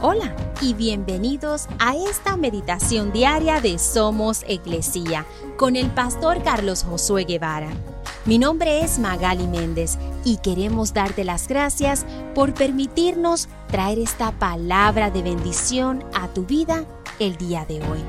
Hola y bienvenidos a esta meditación diaria de Somos Iglesia con el pastor Carlos Josué Guevara. Mi nombre es Magali Méndez y queremos darte las gracias por permitirnos traer esta palabra de bendición a tu vida el día de hoy.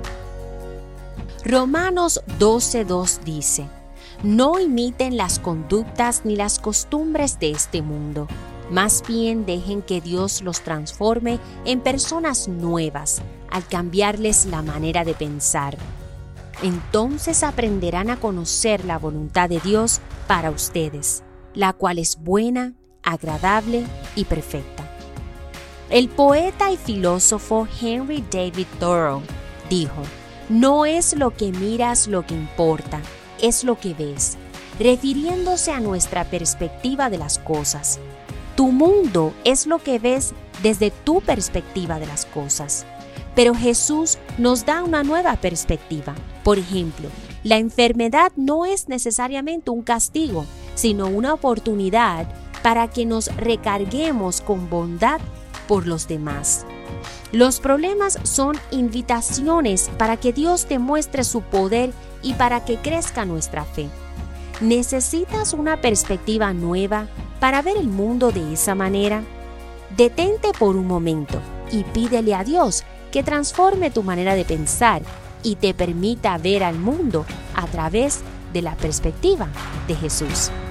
Romanos 12:2 dice: No imiten las conductas ni las costumbres de este mundo. Más bien dejen que Dios los transforme en personas nuevas al cambiarles la manera de pensar. Entonces aprenderán a conocer la voluntad de Dios para ustedes, la cual es buena, agradable y perfecta. El poeta y filósofo Henry David Thoreau dijo: No es lo que miras lo que importa, es lo que ves, refiriéndose a nuestra perspectiva de las cosas. Tu mundo es lo que ves desde tu perspectiva de las cosas. Pero Jesús nos da una nueva perspectiva. Por ejemplo, la enfermedad no es necesariamente un castigo, sino una oportunidad para que nos recarguemos con bondad por los demás. Los problemas son invitaciones para que Dios te muestre su poder y para que crezca nuestra fe. ¿Necesitas una perspectiva nueva para ver el mundo de esa manera? Detente por un momento y pídele a Dios que transforme tu manera de pensar y te permita ver al mundo a través de la perspectiva de Jesús.